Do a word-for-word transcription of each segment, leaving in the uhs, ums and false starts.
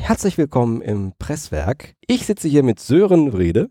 Herzlich willkommen im Presswerk. Ich sitze hier mit Sören Wrede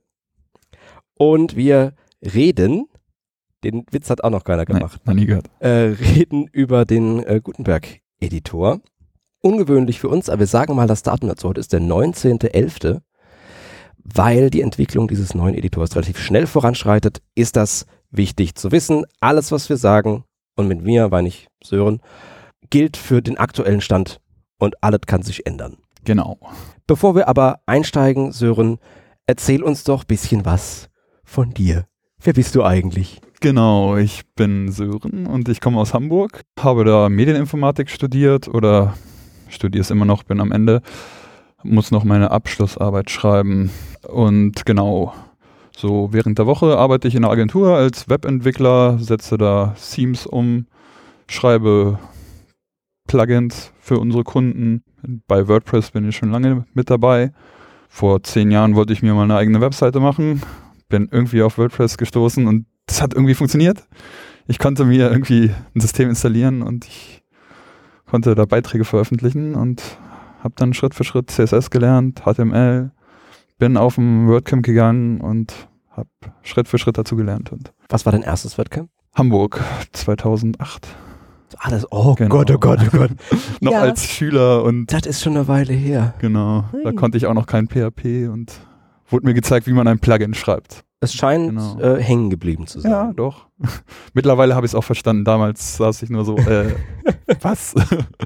und wir reden, den Witz hat auch noch keiner gemacht, Nein, noch nie gehört. äh, reden über den äh, Gutenberg-Editor. Ungewöhnlich für uns, aber wir sagen mal das Datum dazu. Heute ist der neunzehnter elfter Weil die Entwicklung dieses neuen Editors relativ schnell voranschreitet, ist das wichtig zu wissen. Alles, was wir sagen, und mit mir meine ich Sören, gilt für den aktuellen Stand und alles kann sich ändern. Genau. Bevor wir aber einsteigen, Sören, erzähl uns doch ein bisschen was von dir. Wer bist du eigentlich? Genau, ich bin Sören und ich komme aus Hamburg, habe da Medieninformatik studiert oder studiere es immer noch, bin am Ende, muss noch meine Abschlussarbeit schreiben und genau, so während der Woche arbeite ich in einer Agentur als Webentwickler, setze da Themes um, schreibe Plugins für unsere Kunden. Bei WordPress bin ich schon lange mit dabei. Vor zehn Jahren wollte ich mir mal eine eigene Webseite machen, bin irgendwie auf WordPress gestoßen und das hat irgendwie funktioniert. Ich konnte mir irgendwie ein System installieren und ich konnte da Beiträge veröffentlichen und habe dann Schritt für Schritt C S S gelernt, H T M L, bin auf ein WordCamp gegangen und habe Schritt für Schritt dazu gelernt. Und Was war dein erstes WordCamp? Hamburg zweitausendacht. Alles, oh Genau. Gott, oh Gott, oh Gott. Noch Ja. als Schüler und Das ist schon eine Weile her. genau, da Hui. konnte ich auch noch kein P H P und wurde mir gezeigt, wie man ein Plugin schreibt. Es scheint Genau. äh, hängen geblieben zu sein. Ja, doch. Mittlerweile habe ich es auch verstanden. Damals saß ich nur so, äh, was?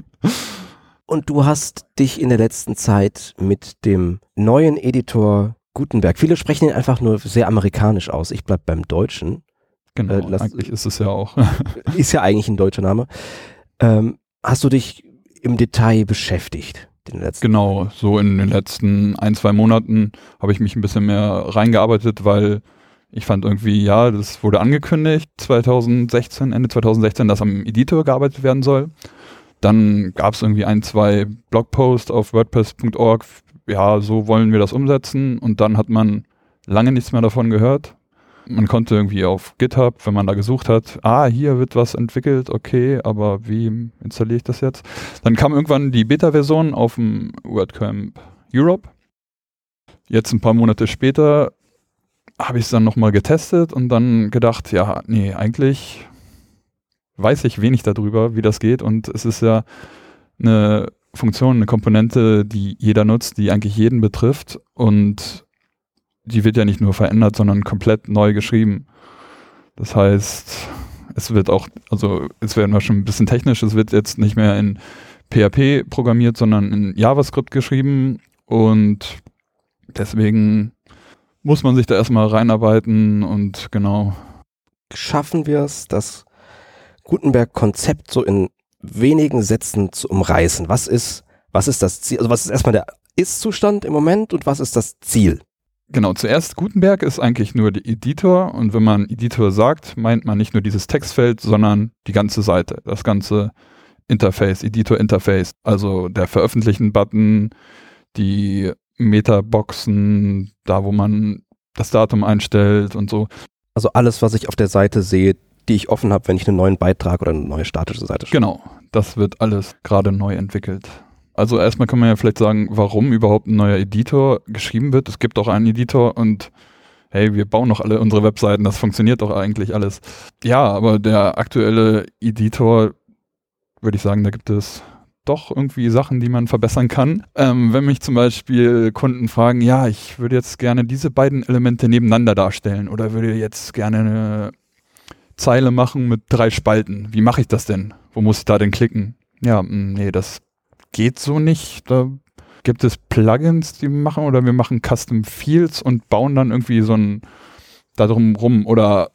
Und du hast dich in der letzten Zeit mit dem neuen Editor Gutenberg, viele sprechen ihn einfach nur sehr amerikanisch aus, ich bleib beim Deutschen, Genau, Äh, lass- eigentlich ist es ja auch. ist ja eigentlich ein deutscher Name. Ähm, hast du dich im Detail beschäftigt? Den letzten Genau, so in den letzten ein, zwei Monaten habe ich mich ein bisschen mehr reingearbeitet, weil ich fand irgendwie, ja, das wurde angekündigt, zweitausendsechzehn, Ende zweitausendsechzehn, dass am Editor gearbeitet werden soll. Dann gab es irgendwie ein, zwei Blogposts auf WordPress Punkt org, ja, so wollen wir das umsetzen und dann hat man lange nichts mehr davon gehört. Man konnte irgendwie auf GitHub, wenn man da gesucht hat, ah, hier wird was entwickelt, okay, aber wie installiere ich das jetzt? Dann kam irgendwann die Beta-Version auf dem WordCamp Europe. Jetzt ein paar Monate später habe ich es dann nochmal getestet und dann gedacht, ja, nee, eigentlich weiß ich wenig darüber, wie das geht und es ist ja eine Funktion, eine Komponente, die jeder nutzt, die eigentlich jeden betrifft und die wird ja nicht nur verändert, sondern komplett neu geschrieben. Das heißt, es wird auch, also es werden wir schon ein bisschen technisch, es wird jetzt nicht mehr in P H P programmiert, sondern in JavaScript geschrieben und deswegen muss man sich da erstmal reinarbeiten und genau. Schaffen wir es, das Gutenberg-Konzept so in wenigen Sätzen zu umreißen? Was ist, was ist das Ziel? Also was ist erstmal der Ist-Zustand im Moment und was ist das Ziel? Genau, zuerst Gutenberg ist eigentlich nur der Editor und wenn man Editor sagt, meint man nicht nur dieses Textfeld, sondern die ganze Seite, das ganze Interface, Editor-Interface, also der Veröffentlichen-Button, die Metaboxen, da wo man das Datum einstellt und so. Also alles, was ich auf der Seite sehe, die ich offen habe, wenn ich einen neuen Beitrag oder eine neue statische Seite schreibe. Genau, das wird alles gerade neu entwickelt. Also erstmal kann man ja vielleicht sagen, warum überhaupt ein neuer Editor geschrieben wird. Es gibt auch einen Editor und hey, wir bauen noch alle unsere Webseiten, das funktioniert doch eigentlich alles. Ja, aber der aktuelle Editor, würde ich sagen, da gibt es doch irgendwie Sachen, die man verbessern kann. Ähm, wenn mich zum Beispiel Kunden fragen, ja, ich würde jetzt gerne diese beiden Elemente nebeneinander darstellen oder würde jetzt gerne eine Zeile machen mit drei Spalten. Wie mache ich das denn? Wo muss ich da denn klicken? Ja, mh, nee, das geht so nicht. Da gibt es Plugins, die wir machen oder wir machen Custom Fields und bauen dann irgendwie so ein da drum rum oder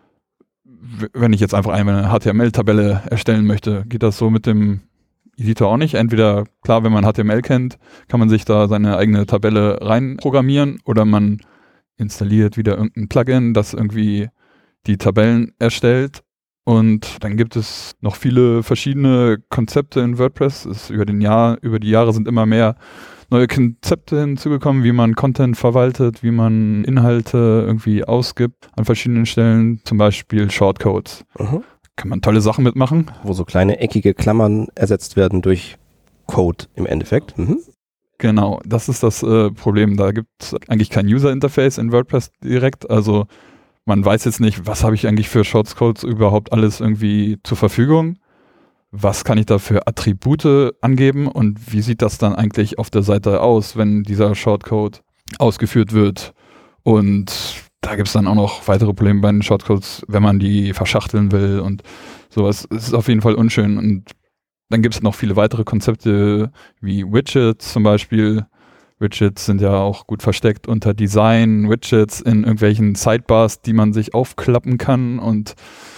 w- wenn ich jetzt einfach eine H T M L-Tabelle erstellen möchte, geht das so mit dem Editor auch nicht. Entweder, klar, wenn man H T M L kennt, kann man sich da seine eigene Tabelle reinprogrammieren oder man installiert wieder irgendein Plugin, das irgendwie die Tabellen erstellt. Und dann gibt es noch viele verschiedene Konzepte in WordPress. Es über den Jahr, über die Jahre sind immer mehr neue Konzepte hinzugekommen, wie man Content verwaltet, wie man Inhalte irgendwie ausgibt an verschiedenen Stellen, zum Beispiel Shortcodes. Mhm. Kann man tolle Sachen mitmachen. Wo so kleine eckige Klammern ersetzt werden durch Code im Endeffekt. Mhm. Genau, das ist das äh, Problem. Da gibt es eigentlich kein User-Interface in WordPress direkt. Also man weiß jetzt nicht, was habe ich eigentlich für Shortcodes überhaupt alles irgendwie zur Verfügung. Was kann ich da für Attribute angeben und wie sieht das dann eigentlich auf der Seite aus, wenn dieser Shortcode ausgeführt wird? Und da gibt es dann auch noch weitere Probleme bei den Shortcodes, wenn man die verschachteln will und sowas. Es ist auf jeden Fall unschön. Und dann gibt es noch viele weitere Konzepte wie Widgets zum Beispiel. Widgets sind ja auch gut versteckt unter Design, Widgets in irgendwelchen Sidebars, die man sich aufklappen kann und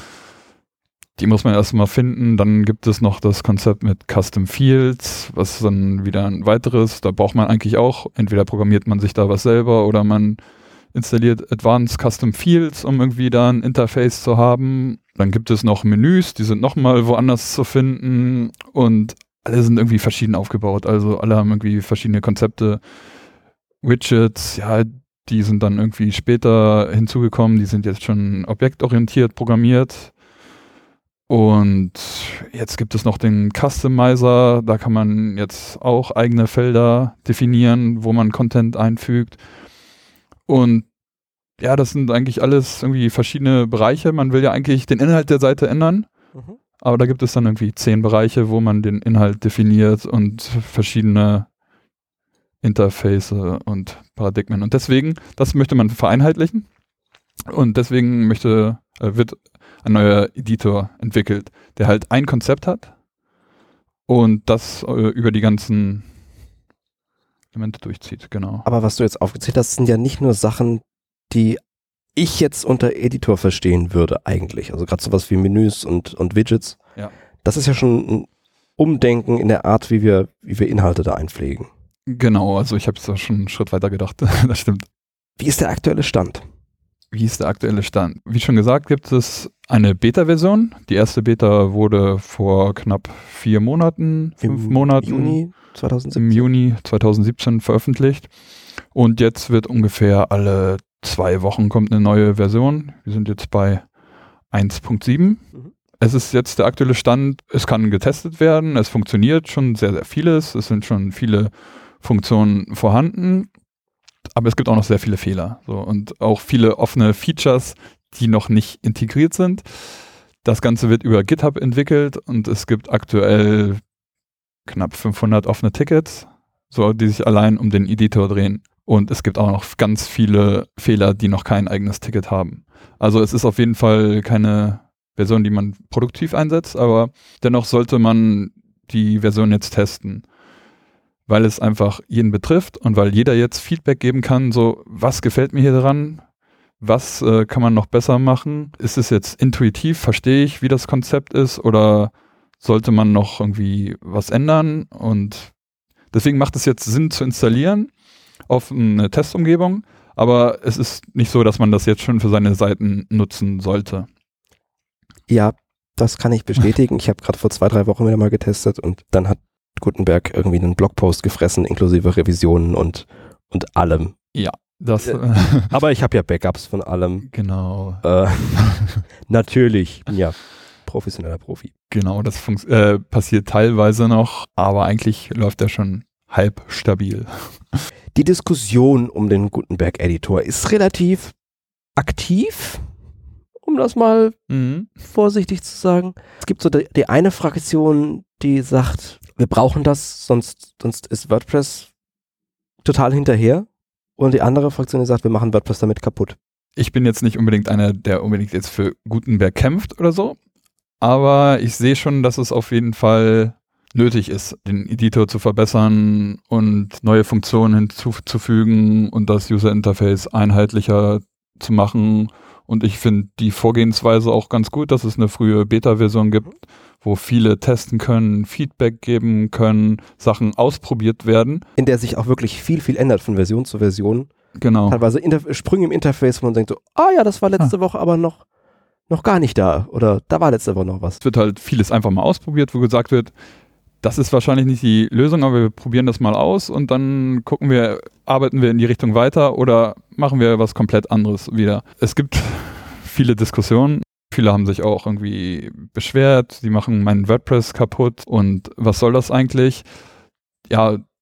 die muss man erstmal finden. Dann gibt es noch das Konzept mit Custom Fields, was dann wieder ein weiteres, da braucht man eigentlich auch, entweder programmiert man sich da was selber oder man installiert Advanced Custom Fields, um irgendwie da ein Interface zu haben. Dann gibt es noch Menüs, die sind nochmal woanders zu finden und alle sind irgendwie verschieden aufgebaut. Also alle haben irgendwie verschiedene Konzepte. Widgets, ja, die sind dann irgendwie später hinzugekommen, die sind jetzt schon objektorientiert programmiert. Und jetzt gibt es noch den Customizer, da kann man jetzt auch eigene Felder definieren, wo man Content einfügt. Und ja, das sind eigentlich alles irgendwie verschiedene Bereiche. Man will ja eigentlich den Inhalt der Seite ändern, mhm. aber da gibt es dann irgendwie zehn Bereiche, wo man den Inhalt definiert und verschiedene Interface und Paradigmen. Und deswegen, das möchte man vereinheitlichen. Und deswegen möchte, äh, wird ein neuer Editor entwickelt, der halt ein Konzept hat und das äh, über die ganzen Elemente durchzieht, genau. Aber was du jetzt aufgezählt hast, sind ja nicht nur Sachen, die ich jetzt unter Editor verstehen würde eigentlich. Also gerade sowas wie Menüs und, und Widgets. Ja. Das ist ja schon ein Umdenken in der Art, wie wir, wie wir Inhalte da einpflegen. Genau, also ich habe es schon einen Schritt weiter gedacht, das stimmt. Wie ist der aktuelle Stand? Wie ist der aktuelle Stand? Wie schon gesagt, gibt es eine Beta-Version. Die erste Beta wurde vor knapp vier Monaten, fünf Im Monaten. Juni zweitausendsiebzehn. Im Juni zweitausendsiebzehn veröffentlicht. Und jetzt wird ungefähr alle zwei Wochen kommt eine neue Version. Wir sind jetzt bei eins Punkt sieben. Mhm. Es ist jetzt der aktuelle Stand. Es kann getestet werden. Es funktioniert schon sehr, sehr vieles. Es sind schon viele Funktionen vorhanden. Aber es gibt auch noch sehr viele Fehler. So, und auch viele offene Features, die noch nicht integriert sind. Das Ganze wird über GitHub entwickelt und es gibt aktuell knapp fünfhundert offene Tickets, so, die sich allein um den Editor drehen. Und es gibt auch noch ganz viele Fehler, die noch kein eigenes Ticket haben. Also es ist auf jeden Fall keine Version, die man produktiv einsetzt, aber dennoch sollte man die Version jetzt testen, weil es einfach jeden betrifft und weil jeder jetzt Feedback geben kann, so, was gefällt mir hier dran, was äh, kann man noch besser machen, ist es jetzt intuitiv, verstehe ich, wie das Konzept ist oder sollte man noch irgendwie was ändern und deswegen macht es jetzt Sinn zu installieren auf eine Testumgebung, aber es ist nicht so, dass man das jetzt schon für seine Seiten nutzen sollte. Ja, das kann ich bestätigen. Ich habe gerade vor zwei, drei Wochen wieder mal getestet und dann hat Gutenberg irgendwie einen Blogpost gefressen, inklusive Revisionen und, und allem. Ja, das. Äh, aber ich habe ja Backups von allem. Genau. Äh, natürlich, ja, professioneller Profi. Genau, das funks- äh, passiert teilweise noch, aber eigentlich läuft er schon halb stabil. Die Diskussion um den Gutenberg-Editor ist relativ aktiv, um das mal mhm. vorsichtig zu sagen. Es gibt so die, die eine Fraktion, die sagt, wir brauchen das, sonst, sonst ist WordPress total hinterher. Und die andere Fraktion, die sagt, wir machen WordPress damit kaputt. Ich bin jetzt nicht unbedingt einer, der unbedingt jetzt für Gutenberg kämpft oder so, aber ich sehe schon, dass es auf jeden Fall nötig ist, den Editor zu verbessern und neue Funktionen hinzuzufügen und das User Interface einheitlicher zu machen. Und ich finde die Vorgehensweise auch ganz gut, dass es eine frühe Beta-Version gibt, wo viele testen können, Feedback geben können, Sachen ausprobiert werden. In der sich auch wirklich viel, viel ändert von Version zu Version. Genau. Teilweise Inter- Sprünge im Interface, wo man denkt so, ah ja, das war letzte ah. Woche aber noch, noch gar nicht da. Oder da war letzte Woche noch was. Es wird halt vieles einfach mal ausprobiert, wo gesagt wird, das ist wahrscheinlich nicht die Lösung, aber wir probieren das mal aus und dann gucken wir, arbeiten wir in die Richtung weiter oder machen wir was komplett anderes wieder. Es gibt viele Diskussionen. Viele haben sich auch irgendwie beschwert, die machen meinen WordPress kaputt und was soll das eigentlich? Ja,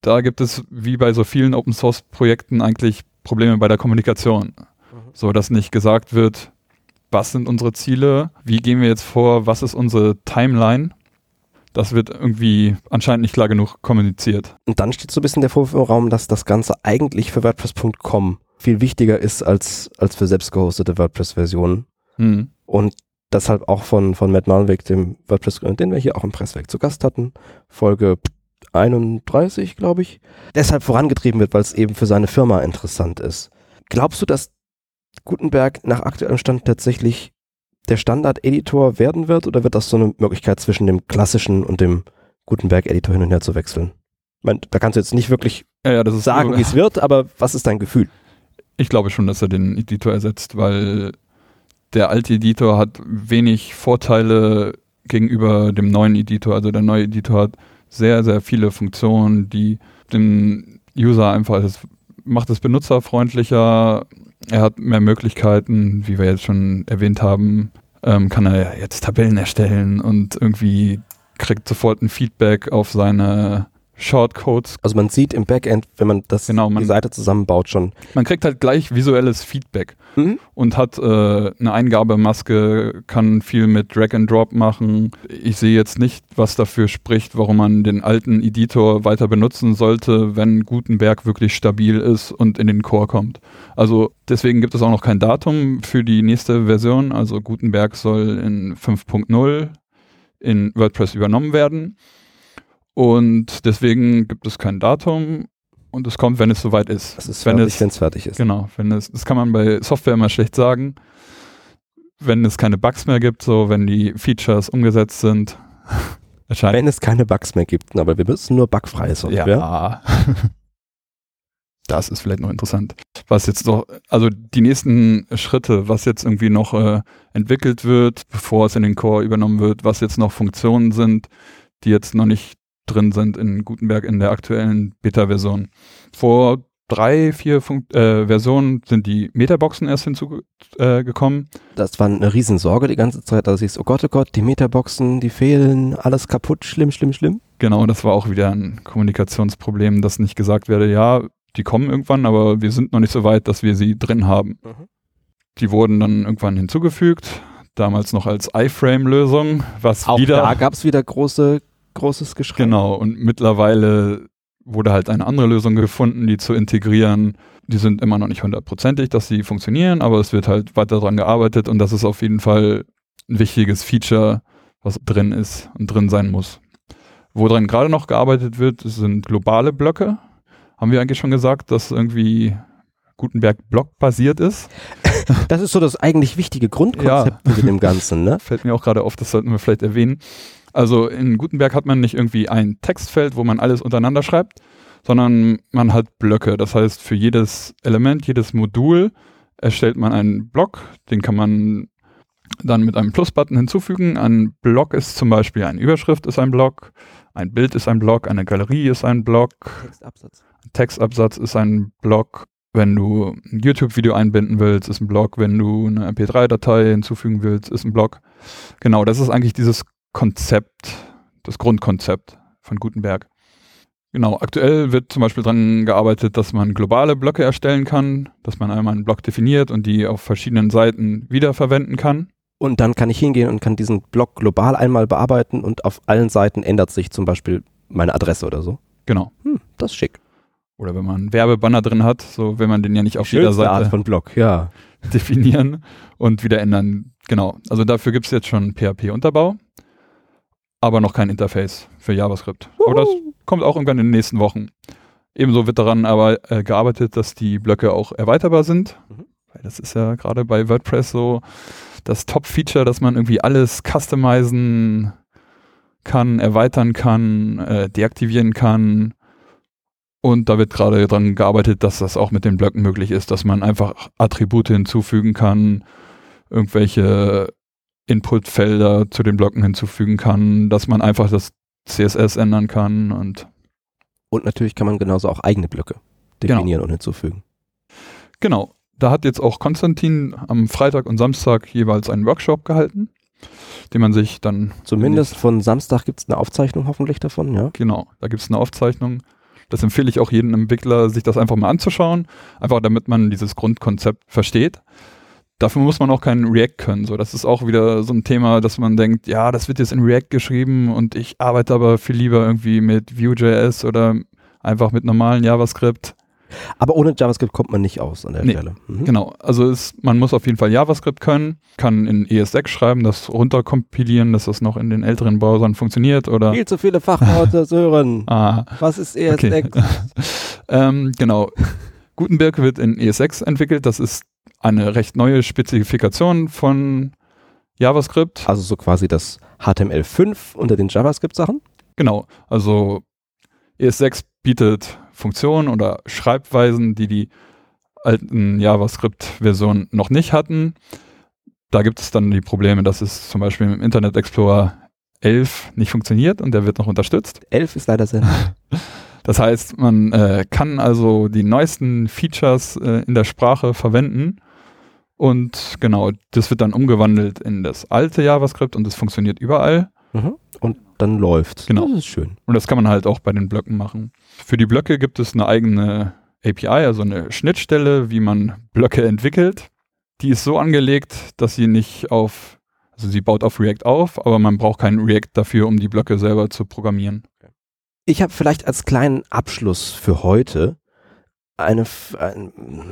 da gibt es wie bei so vielen Open-Source-Projekten eigentlich Probleme bei der Kommunikation. Mhm. So, dass nicht gesagt wird, was sind unsere Ziele, wie gehen wir jetzt vor, was ist unsere Timeline. Das wird irgendwie anscheinend nicht klar genug kommuniziert. Und dann steht so ein bisschen der Vorwurf im Raum, dass das Ganze eigentlich für WordPress Punkt com viel wichtiger ist als, als für selbst gehostete WordPress-Versionen. Mhm. Und deshalb auch von, von Matt Mulvihill, dem WordPress-Gründer, den wir hier auch im Presswerk zu Gast hatten, Folge einunddreißig, glaube ich, deshalb vorangetrieben wird, weil es eben für seine Firma interessant ist. Glaubst du, dass Gutenberg nach aktuellem Stand tatsächlich der Standard-Editor werden wird, oder wird das so eine Möglichkeit zwischen dem klassischen und dem Gutenberg-Editor hin und her zu wechseln? Ich meine, da kannst du jetzt nicht wirklich ja, ja, das ist sagen, wie es wird, aber was ist dein Gefühl? Ich glaube schon, dass er den Editor ersetzt, weil der alte Editor hat wenig Vorteile gegenüber dem neuen Editor. Also der neue Editor hat sehr, sehr viele Funktionen, die den User einfach, es macht es benutzerfreundlicher, er hat mehr Möglichkeiten, wie wir jetzt schon erwähnt haben, ähm, kann er jetzt Tabellen erstellen und irgendwie kriegt sofort ein Feedback auf seine Shortcodes. Also man sieht im Backend, wenn man das genau, man, die Seite zusammenbaut schon. Man kriegt halt gleich visuelles Feedback mhm. und hat äh, eine Eingabemaske, kann viel mit Drag and Drop machen. Ich sehe jetzt nicht, was dafür spricht, warum man den alten Editor weiter benutzen sollte, wenn Gutenberg wirklich stabil ist und in den Core kommt. Also deswegen gibt es auch noch kein Datum für die nächste Version. Also Gutenberg soll in fünf Punkt null in WordPress übernommen werden. Und deswegen gibt es kein Datum und es kommt, wenn es soweit ist. Das ist wenn fertig, es, wenn es fertig ist. Genau, wenn es, das kann man bei Software immer schlecht sagen. Wenn es keine Bugs mehr gibt, so wenn die Features umgesetzt sind. Wenn es keine Bugs mehr gibt, aber wir müssen nur bugfreie Software. Ja. Das ist vielleicht noch interessant. Was jetzt noch, also die nächsten Schritte, was jetzt irgendwie noch äh, entwickelt wird, bevor es in den Core übernommen wird, was jetzt noch Funktionen sind, die jetzt noch nicht drin sind in Gutenberg in der aktuellen Beta-Version. Vor drei, vier Fun- äh, Versionen sind die Metaboxen erst hinzugekommen. Äh, das war eine Riesensorge die ganze Zeit, da siehst du, oh Gott, oh Gott, die Metaboxen, die fehlen, alles kaputt, schlimm, schlimm, schlimm. Genau, das war auch wieder ein Kommunikationsproblem, dass nicht gesagt werde, ja, die kommen irgendwann, aber wir sind noch nicht so weit, dass wir sie drin haben. Mhm. Die wurden dann irgendwann hinzugefügt, damals noch als iFrame-Lösung, was auch wieder... da gab es wieder große großes Geschrei. Genau, und mittlerweile wurde halt eine andere Lösung gefunden, die zu integrieren. Die sind immer noch nicht hundertprozentig, dass sie funktionieren, aber es wird halt weiter daran gearbeitet und das ist auf jeden Fall ein wichtiges Feature, was drin ist und drin sein muss. Woran gerade noch gearbeitet wird, sind globale Blöcke. Haben wir eigentlich schon gesagt, dass irgendwie Gutenberg blockbasiert ist? Das ist so das eigentlich wichtige Grundkonzept ja. mit dem Ganzen, ne? Fällt mir auch gerade auf, das sollten wir vielleicht erwähnen. Also in Gutenberg hat man nicht irgendwie ein Textfeld, wo man alles untereinander schreibt, sondern man hat Blöcke. Das heißt, für jedes Element, jedes Modul erstellt man einen Block, den kann man dann mit einem Plus-Button hinzufügen. Ein Block ist zum Beispiel eine Überschrift ist ein Block, ein Bild ist ein Block, eine Galerie ist ein Block, Textabsatz. ein Textabsatz ist ein Block. Wenn du ein YouTube-Video einbinden willst, ist ein Block. Wenn du eine M P drei Datei hinzufügen willst, ist ein Block. Genau, das ist eigentlich dieses Konzept, das Grundkonzept von Gutenberg. Genau, aktuell wird zum Beispiel daran gearbeitet, dass man globale Blöcke erstellen kann, dass man einmal einen Block definiert und die auf verschiedenen Seiten wiederverwenden kann. Und dann kann ich hingehen und kann diesen Block global einmal bearbeiten und auf allen Seiten ändert sich zum Beispiel meine Adresse oder so. Genau. Hm, das ist schick. Oder wenn man einen Werbebanner drin hat, so will man den ja nicht auf jeder Seite Art von Block, ja. definieren und wieder ändern. Genau, also dafür gibt es jetzt schon P H P-Unterbau. Aber noch kein Interface für JavaScript. Uhu. Aber das kommt auch irgendwann in den nächsten Wochen. Ebenso wird daran aber äh, gearbeitet, dass die Blöcke auch erweiterbar sind. Mhm. Weil das ist ja gerade bei WordPress so das Top-Feature, dass man irgendwie alles customizen kann, erweitern kann, äh, deaktivieren kann. Und da wird gerade daran gearbeitet, dass das auch mit den Blöcken möglich ist, dass man einfach Attribute hinzufügen kann, irgendwelche Inputfelder zu den Blöcken hinzufügen kann, dass man einfach das C S S ändern kann und und natürlich kann man genauso auch eigene Blöcke definieren genau. und hinzufügen. Genau, da hat jetzt auch Konstantin am Freitag und Samstag jeweils einen Workshop gehalten, den man sich dann... Zumindest von Samstag gibt es eine Aufzeichnung hoffentlich davon, ja? Genau, da gibt es eine Aufzeichnung. Das empfehle ich auch jedem Entwickler, sich das einfach mal anzuschauen, einfach damit man dieses Grundkonzept versteht. Dafür muss man auch kein React können. So, das ist auch wieder so ein Thema, dass man denkt, ja, das wird jetzt in React geschrieben und ich arbeite aber viel lieber irgendwie mit Vue.js oder einfach mit normalen JavaScript. Aber ohne JavaScript kommt man nicht aus an der nee, Stelle. Mhm. Genau, also es, man muss auf jeden Fall JavaScript können, kann in E S sechs schreiben, das runterkompilieren, dass das noch in den älteren Browsern funktioniert. Oder Viel zu viele Fachworte, Sören. ah, Was ist E S sechs? Okay. ähm, genau, Gutenberg wird in E S sechs entwickelt, das ist eine recht neue Spezifikation von JavaScript. Also so quasi das H T M L fünf unter den JavaScript-Sachen? Genau, also E S sechs bietet Funktionen oder Schreibweisen, die die alten JavaScript-Versionen noch nicht hatten. Da gibt es dann die Probleme, dass es zum Beispiel im Internet Explorer elf nicht funktioniert und der wird noch unterstützt. elf ist leider sehr. Das heißt, man äh, kann also die neuesten Features äh, in der Sprache verwenden und genau, das wird dann umgewandelt in das alte JavaScript und das funktioniert überall. Mhm. Und dann läuft's. Genau. Das ist schön. Und das kann man halt auch bei den Blöcken machen. Für die Blöcke gibt es eine eigene A P I, also eine Schnittstelle, wie man Blöcke entwickelt. Die ist so angelegt, dass sie nicht auf, also sie baut auf React auf, aber man braucht keinen React dafür, um die Blöcke selber zu programmieren. Ich habe vielleicht als kleinen Abschluss für heute eine, ein,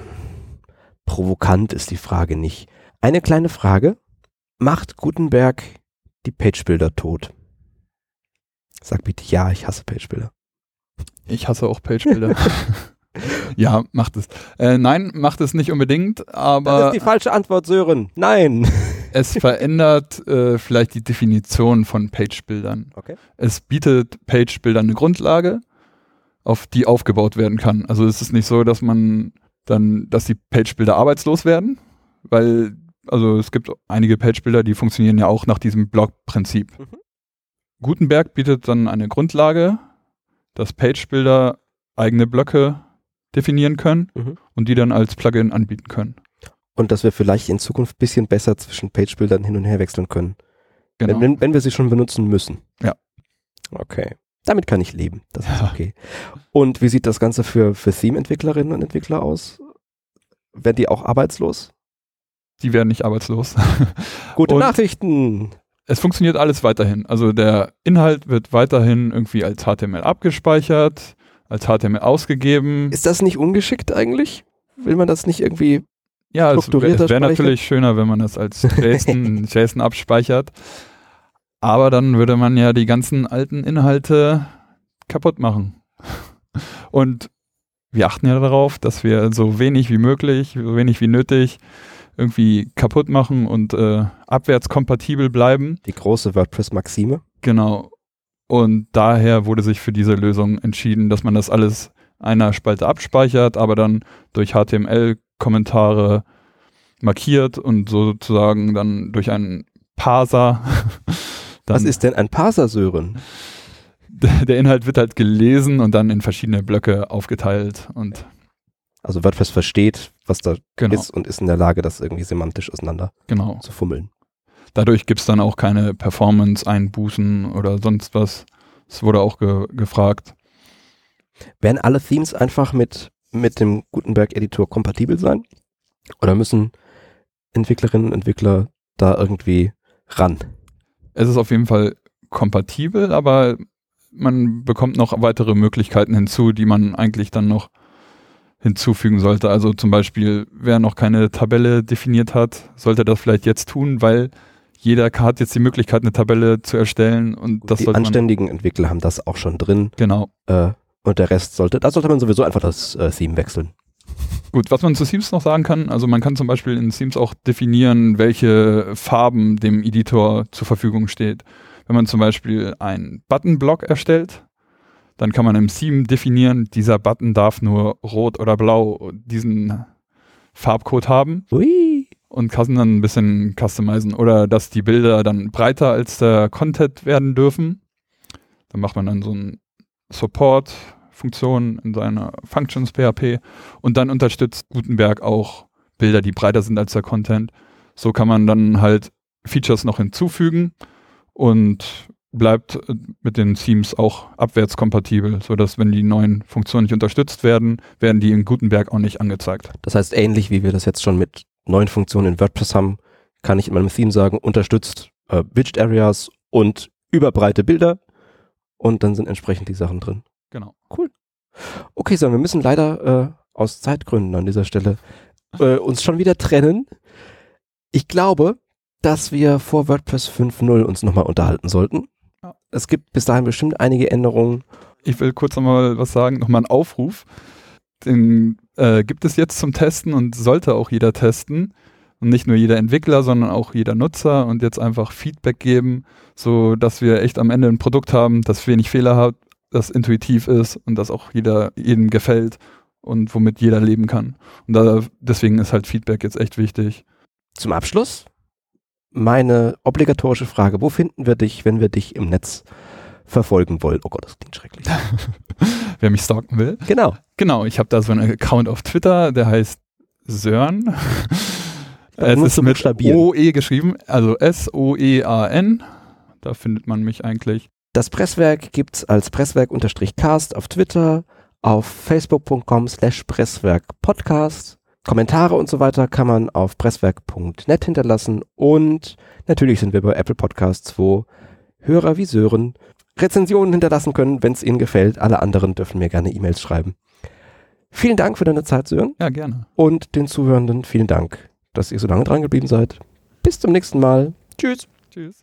provokant ist die Frage nicht. Eine kleine Frage. Macht Gutenberg die Page-Builder tot? Sag bitte ja, ich hasse Page-Builder. Ich hasse auch Page-Builder. Ja, macht es. Äh, nein, macht es nicht unbedingt, aber das ist die falsche Antwort, Sören. Nein. Es verändert äh, vielleicht die Definition von Page-Bildern. Okay. Es bietet Page-Bildern eine Grundlage, auf die aufgebaut werden kann. Also es ist nicht so, dass man dann, dass die Page-Bilder arbeitslos werden, weil, also es gibt einige Page-Bilder, die funktionieren ja auch nach diesem Block-Prinzip. Mhm. Gutenberg bietet dann eine Grundlage, dass Page-Bilder eigene Blöcke definieren können mhm. und die dann als Plugin anbieten können. Und dass wir vielleicht in Zukunft ein bisschen besser zwischen Page-Bildern hin und her wechseln können. Genau. Wenn, wenn wir sie schon benutzen müssen. Ja. Okay. Damit kann ich leben. Das ist okay. Und wie sieht das Ganze für, für Theme-Entwicklerinnen und Entwickler aus? Werden die auch arbeitslos? Die werden nicht arbeitslos. Gute und Nachrichten! Es funktioniert alles weiterhin. Also der Inhalt wird weiterhin irgendwie als H T M L abgespeichert, als H T M L ausgegeben. Ist das nicht ungeschickt eigentlich? Will man das nicht irgendwie ja, strukturierter es wäre wär speichern? natürlich schöner, wenn man das als JSON, JSON abspeichert. Aber dann würde man ja die ganzen alten Inhalte kaputt machen. Und wir achten ja darauf, dass wir so wenig wie möglich, so wenig wie nötig irgendwie kaputt machen und äh, abwärtskompatibel bleiben. Die große WordPress-Maxime. Genau. Und daher wurde sich für diese Lösung entschieden, dass man das alles einer Spalte abspeichert, aber dann durch H T M L-Kommentare markiert und sozusagen dann durch einen Parser. Was ist denn ein Parser, Sören? Der Inhalt wird halt gelesen und dann in verschiedene Blöcke aufgeteilt. Und also WordPress versteht, was da genau. ist und ist in der Lage, das irgendwie semantisch auseinander genau. zu fummeln. Dadurch gibt es dann auch keine Performance-Einbußen oder sonst was. Es wurde auch ge- gefragt. Werden alle Themes einfach mit, mit dem Gutenberg-Editor kompatibel sein? Oder müssen Entwicklerinnen und Entwickler da irgendwie ran? Es ist auf jeden Fall kompatibel, aber man bekommt noch weitere Möglichkeiten hinzu, die man eigentlich dann noch hinzufügen sollte. Also zum Beispiel, wer noch keine Tabelle definiert hat, sollte das vielleicht jetzt tun, weil jeder hat jetzt die Möglichkeit, eine Tabelle zu erstellen. Und das die sollte anständigen man, Entwickler haben das auch schon drin. Genau. Äh, und der Rest sollte, da sollte man sowieso einfach das äh, Theme wechseln. Gut, was man zu Themes noch sagen kann, also man kann zum Beispiel in Themes auch definieren, welche Farben dem Editor zur Verfügung steht. Wenn man zum Beispiel einen Button-Block erstellt, dann kann man im Theme definieren, dieser Button darf nur rot oder blau diesen Farbcode haben. Ui. Und kann dann ein bisschen customizen. Oder dass die Bilder dann breiter als der Content werden dürfen. Dann macht man dann so eine Support-Funktion in seiner Functions-P H P. Und dann unterstützt Gutenberg auch Bilder, die breiter sind als der Content. So kann man dann halt Features noch hinzufügen. Und bleibt mit den Themes auch abwärtskompatibel, sodass, wenn die neuen Funktionen nicht unterstützt werden, werden die in Gutenberg auch nicht angezeigt. Das heißt, ähnlich wie wir das jetzt schon mit neuen Funktionen in WordPress haben, kann ich in meinem Theme sagen, unterstützt äh, Widget Areas und überbreite Bilder und dann sind entsprechend die Sachen drin. Genau. Cool. Okay, so, wir müssen leider äh, aus Zeitgründen an dieser Stelle äh, uns schon wieder trennen. Ich glaube, dass wir vor WordPress fünf Punkt null uns nochmal unterhalten sollten. Ja. Es gibt bis dahin bestimmt einige Änderungen. Ich will kurz nochmal was sagen, nochmal einen Aufruf. Den äh, gibt es jetzt zum Testen und sollte auch jeder testen. Und nicht nur jeder Entwickler, sondern auch jeder Nutzer und jetzt einfach Feedback geben, so dass wir echt am Ende ein Produkt haben, das wenig Fehler hat, das intuitiv ist und das auch jeder, jedem gefällt und womit jeder leben kann. Und da, deswegen ist halt Feedback jetzt echt wichtig. Zum Abschluss meine obligatorische Frage: Wo finden wir dich, wenn wir dich im Netz verfolgen wollen? Oh Gott, das klingt schrecklich. Wer mich stalken will? Genau. Genau, ich habe da so einen Account auf Twitter, der heißt Sören. Es ist mit O E geschrieben, also S O E A N. Da findet man mich eigentlich. Das Presswerk gibt's als Presswerk-Cast auf Twitter, auf facebook punkt com slash presswerkpodcast. Kommentare und so weiter kann man auf presswerk punkt net hinterlassen und natürlich sind wir bei Apple Podcasts, wo Hörer wie Sören Rezensionen hinterlassen können, wenn es ihnen gefällt. Alle anderen dürfen mir gerne E-Mails schreiben. Vielen Dank für deine Zeit, Sören. Ja, gerne. Und den Zuhörenden vielen Dank, dass ihr so lange dran geblieben seid. Bis zum nächsten Mal. Tschüss. Tschüss.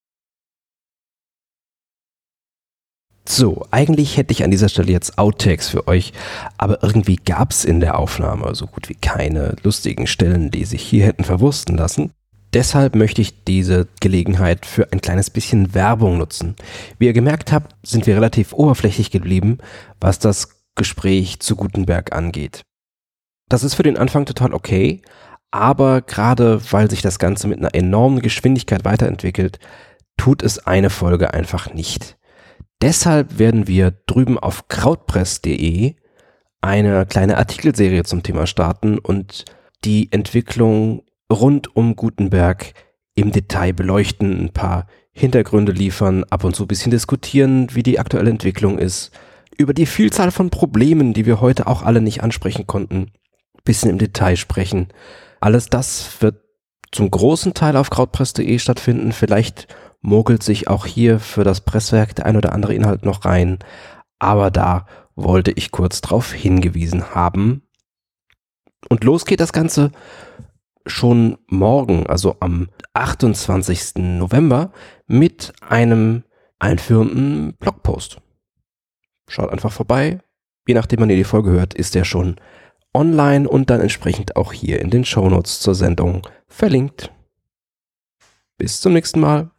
So, eigentlich hätte ich an dieser Stelle jetzt Outtakes für euch, aber irgendwie gab es in der Aufnahme so gut wie keine lustigen Stellen, die sich hier hätten verwursten lassen. Deshalb möchte ich diese Gelegenheit für ein kleines bisschen Werbung nutzen. Wie ihr gemerkt habt, sind wir relativ oberflächlich geblieben, was das Gespräch zu Gutenberg angeht. Das ist für den Anfang total okay, aber gerade weil sich das Ganze mit einer enormen Geschwindigkeit weiterentwickelt, tut es eine Folge einfach nicht. Deshalb werden wir drüben auf krautpress punkt de eine kleine Artikelserie zum Thema starten und die Entwicklung rund um Gutenberg im Detail beleuchten, ein paar Hintergründe liefern, ab und zu ein bisschen diskutieren, wie die aktuelle Entwicklung ist, über die Vielzahl von Problemen, die wir heute auch alle nicht ansprechen konnten, ein bisschen im Detail sprechen. Alles das wird zum großen Teil auf krautpress punkt de stattfinden. Vielleicht mogelt sich auch hier für das Presswerk der ein oder andere Inhalt noch rein, aber da wollte ich kurz drauf hingewiesen haben. Und los geht das Ganze schon morgen, also am achtundzwanzigsten November, mit einem einführenden Blogpost. Schaut einfach vorbei. Je nachdem, wann ihr die Folge hört, ist der schon online und dann entsprechend auch hier in den Shownotes zur Sendung verlinkt. Bis zum nächsten Mal.